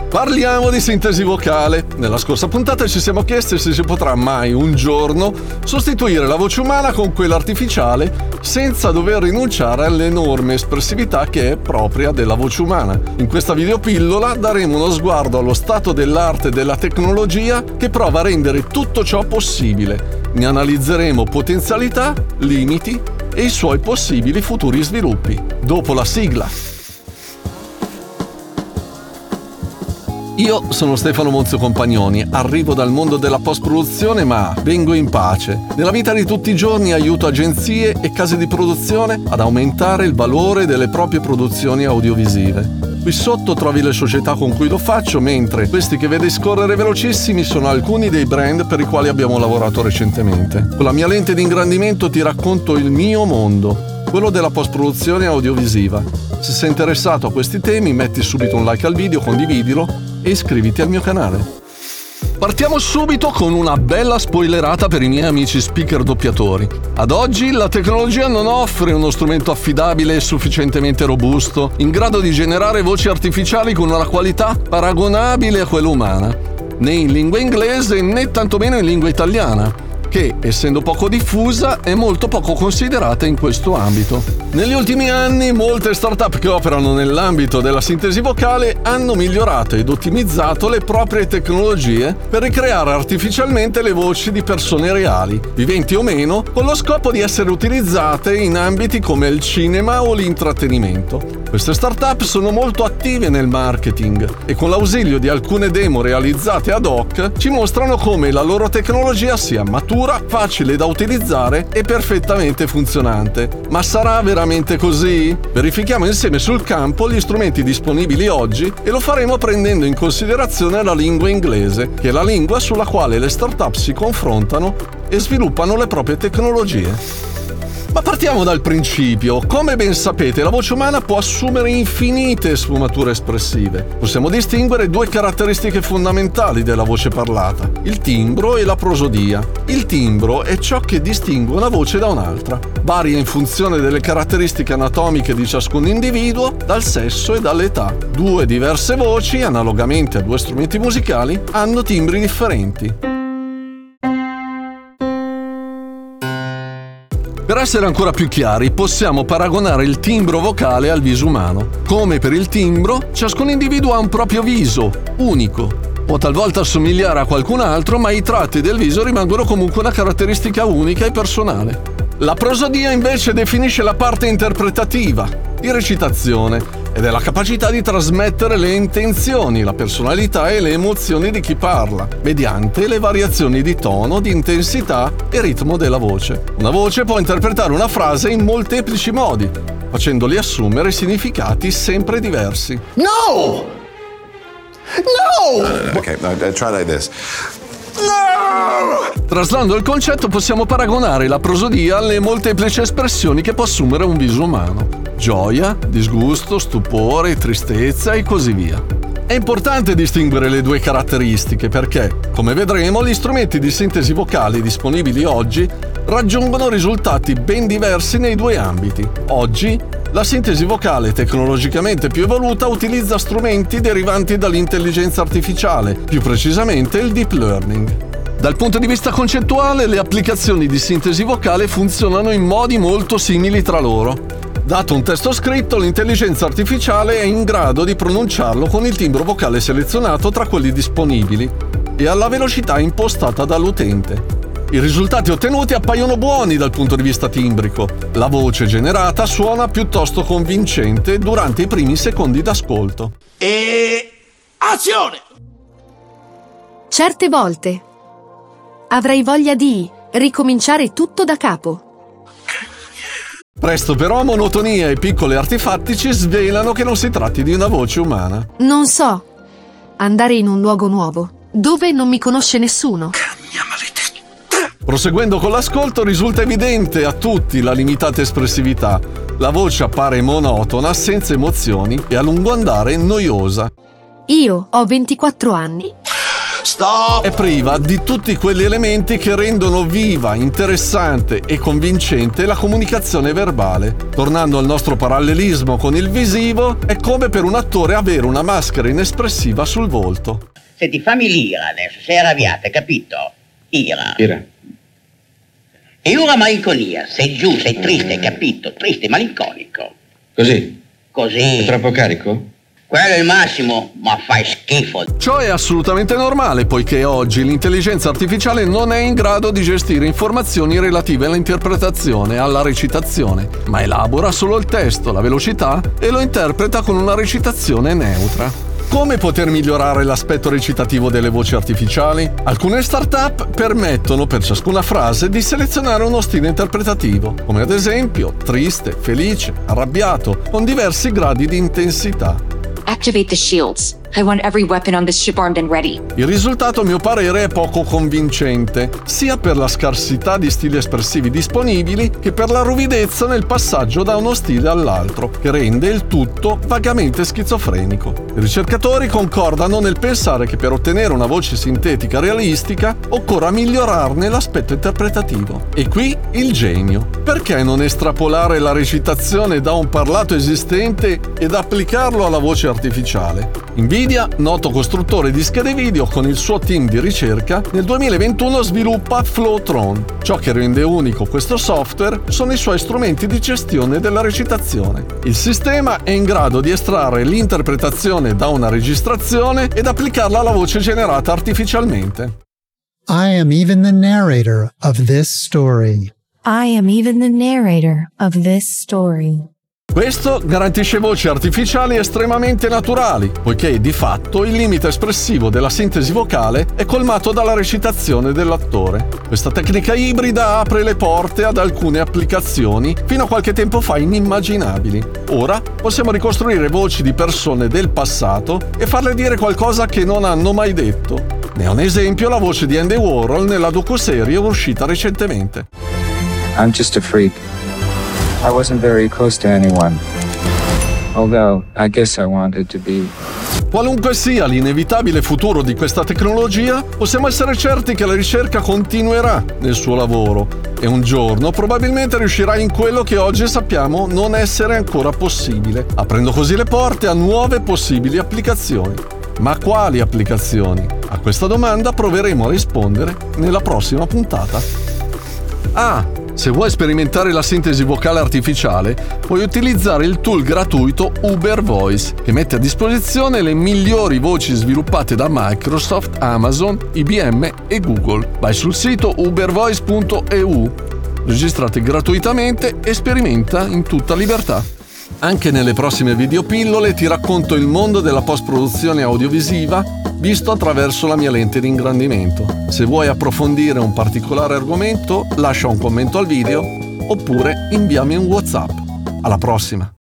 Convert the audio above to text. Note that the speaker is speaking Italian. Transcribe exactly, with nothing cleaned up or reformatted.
Parliamo di sintesi vocale. Nella scorsa puntata ci siamo chiesti se si potrà mai un giorno sostituire la voce umana con quella artificiale senza dover rinunciare all'enorme espressività che è propria della voce umana. In questa videopillola daremo uno sguardo allo stato dell'arte e della tecnologia che prova a rendere tutto ciò possibile. Ne analizzeremo potenzialità, limiti e i suoi possibili futuri sviluppi. Dopo la sigla. Io sono Stefano Monzio Compagnoni, arrivo dal mondo della post-produzione ma vengo in pace. Nella vita di tutti i giorni aiuto agenzie e case di produzione ad aumentare il valore delle proprie produzioni audiovisive. Qui sotto trovi le società con cui lo faccio, mentre questi che vedi scorrere velocissimi sono alcuni dei brand per i quali abbiamo lavorato recentemente. Con la mia lente di ingrandimento ti racconto il mio mondo, quello della post-produzione audiovisiva. Se sei interessato a questi temi, metti subito un like al video, condividilo e iscriviti al mio canale. Partiamo subito con una bella spoilerata per i miei amici speaker doppiatori. Ad oggi la tecnologia non offre uno strumento affidabile e sufficientemente robusto, in grado di generare voci artificiali con una qualità paragonabile a quella umana, né in lingua inglese né tantomeno in lingua italiana, che, essendo poco diffusa, è molto poco considerata in questo ambito. Negli ultimi anni, molte start-up che operano nell'ambito della sintesi vocale hanno migliorato ed ottimizzato le proprie tecnologie per ricreare artificialmente le voci di persone reali, viventi o meno, con lo scopo di essere utilizzate in ambiti come il cinema o l'intrattenimento. Queste start-up sono molto attive nel marketing e con l'ausilio di alcune demo realizzate ad hoc ci mostrano come la loro tecnologia sia matura, facile da utilizzare e perfettamente funzionante. Ma sarà veramente così? Verifichiamo insieme sul campo gli strumenti disponibili oggi e lo faremo prendendo in considerazione la lingua inglese, che è la lingua sulla quale le start-up si confrontano e sviluppano le proprie tecnologie. Ma partiamo dal principio. Come ben sapete, la voce umana può assumere infinite sfumature espressive. Possiamo distinguere due caratteristiche fondamentali della voce parlata: il timbro e la prosodia. Il timbro è ciò che distingue una voce da un'altra. Varia in funzione delle caratteristiche anatomiche di ciascun individuo, dal sesso e dall'età. Due diverse voci, analogamente a due strumenti musicali, hanno timbri differenti. Per essere ancora più chiari, possiamo paragonare il timbro vocale al viso umano. Come per il timbro, ciascun individuo ha un proprio viso, unico. Può talvolta assomigliare a qualcun altro, ma i tratti del viso rimangono comunque una caratteristica unica e personale. La prosodia invece definisce la parte interpretativa, di recitazione, ed è la capacità di trasmettere le intenzioni, la personalità e le emozioni di chi parla, mediante le variazioni di tono, di intensità e ritmo della voce. Una voce può interpretare una frase in molteplici modi, facendoli assumere significati sempre diversi. No! No! Uh, okay, uh, try like this. No! Traslando il concetto, possiamo paragonare la prosodia alle molteplici espressioni che può assumere un viso umano: gioia, disgusto, stupore, tristezza e così via. È importante distinguere le due caratteristiche perché, come vedremo, gli strumenti di sintesi vocale disponibili oggi raggiungono risultati ben diversi nei due ambiti. Oggi, la sintesi vocale tecnologicamente più evoluta utilizza strumenti derivanti dall'intelligenza artificiale, più precisamente il deep learning. Dal punto di vista concettuale, le applicazioni di sintesi vocale funzionano in modi molto simili tra loro. Dato un testo scritto, l'intelligenza artificiale è in grado di pronunciarlo con il timbro vocale selezionato tra quelli disponibili e alla velocità impostata dall'utente. I risultati ottenuti appaiono buoni dal punto di vista timbrico. La voce generata suona piuttosto convincente durante i primi secondi d'ascolto. E azione! Certe volte avrei voglia di ricominciare tutto da capo. Presto però monotonia e piccoli artefatti ci svelano che non si tratti di una voce umana. Non so, andare in un luogo nuovo, dove non mi conosce nessuno. Proseguendo con l'ascolto, risulta evidente a tutti la limitata espressività. La voce appare monotona, senza emozioni e a lungo andare noiosa. Io ho ventiquattro anni Stop! È priva di tutti quegli elementi che rendono viva, interessante e convincente la comunicazione verbale. Tornando al nostro parallelismo con il visivo, è come per un attore avere una maschera inespressiva sul volto. Senti, fammi l'ira adesso, sei arrabbiata, capito? Ira. Ira. E ora malinconia, sei giù, sei triste, capito? Triste, malinconico. Così? Così. È troppo carico? Quello è il massimo, ma fai schifo. Ciò è assolutamente normale, poiché oggi l'intelligenza artificiale non è in grado di gestire informazioni relative all'interpretazione e alla recitazione, ma elabora solo il testo, la velocità e lo interpreta con una recitazione neutra. Come poter migliorare l'aspetto recitativo delle voci artificiali? Alcune start-up permettono per ciascuna frase di selezionare uno stile interpretativo, come ad esempio triste, felice, arrabbiato, con diversi gradi di intensità. Activate the shields. I want every weapon on this ship armed and ready. Il risultato, a mio parere, è poco convincente, sia per la scarsità di stili espressivi disponibili che per la ruvidezza nel passaggio da uno stile all'altro, che rende il tutto vagamente schizofrenico. I ricercatori concordano nel pensare che per ottenere una voce sintetica realistica occorra migliorarne l'aspetto interpretativo. E qui il genio. Perché non estrapolare la recitazione da un parlato esistente ed applicarlo alla voce artificiale? Nvidia, noto costruttore di schede video, con il suo team di ricerca, nel duemilaventuno sviluppa Flowtron. Ciò che rende unico questo software sono i suoi strumenti di gestione della recitazione. Il sistema è in grado di estrarre l'interpretazione da una registrazione ed applicarla alla voce generata artificialmente. I am even the narrator of this story. I am even the narrator of this story. Questo garantisce voci artificiali estremamente naturali, poiché di fatto il limite espressivo della sintesi vocale è colmato dalla recitazione dell'attore. Questa tecnica ibrida apre le porte ad alcune applicazioni fino a qualche tempo fa inimmaginabili. Ora possiamo ricostruire voci di persone del passato e farle dire qualcosa che non hanno mai detto. Ne è un esempio la voce di Andy Warhol nella docuserie uscita recentemente. I'm just a freak. I wasn't very close to anyone, although I guess I wanted to be. Qualunque sia l'inevitabile futuro di questa tecnologia, possiamo essere certi che la ricerca continuerà nel suo lavoro e un giorno probabilmente riuscirà in quello che oggi sappiamo non essere ancora possibile, aprendo così le porte a nuove possibili applicazioni. Ma quali applicazioni? A questa domanda proveremo a rispondere nella prossima puntata. Ah! Se vuoi sperimentare la sintesi vocale artificiale, puoi utilizzare il tool gratuito Uber Voice, che mette a disposizione le migliori voci sviluppate da Microsoft, Amazon, I B M e Google. Vai sul sito uber voice punto e u, registrati gratuitamente e sperimenta in tutta libertà. Anche nelle prossime videopillole ti racconto il mondo della post-produzione audiovisiva visto attraverso la mia lente di ingrandimento. Se vuoi approfondire un particolare argomento, lascia un commento al video oppure inviami un WhatsApp. Alla prossima!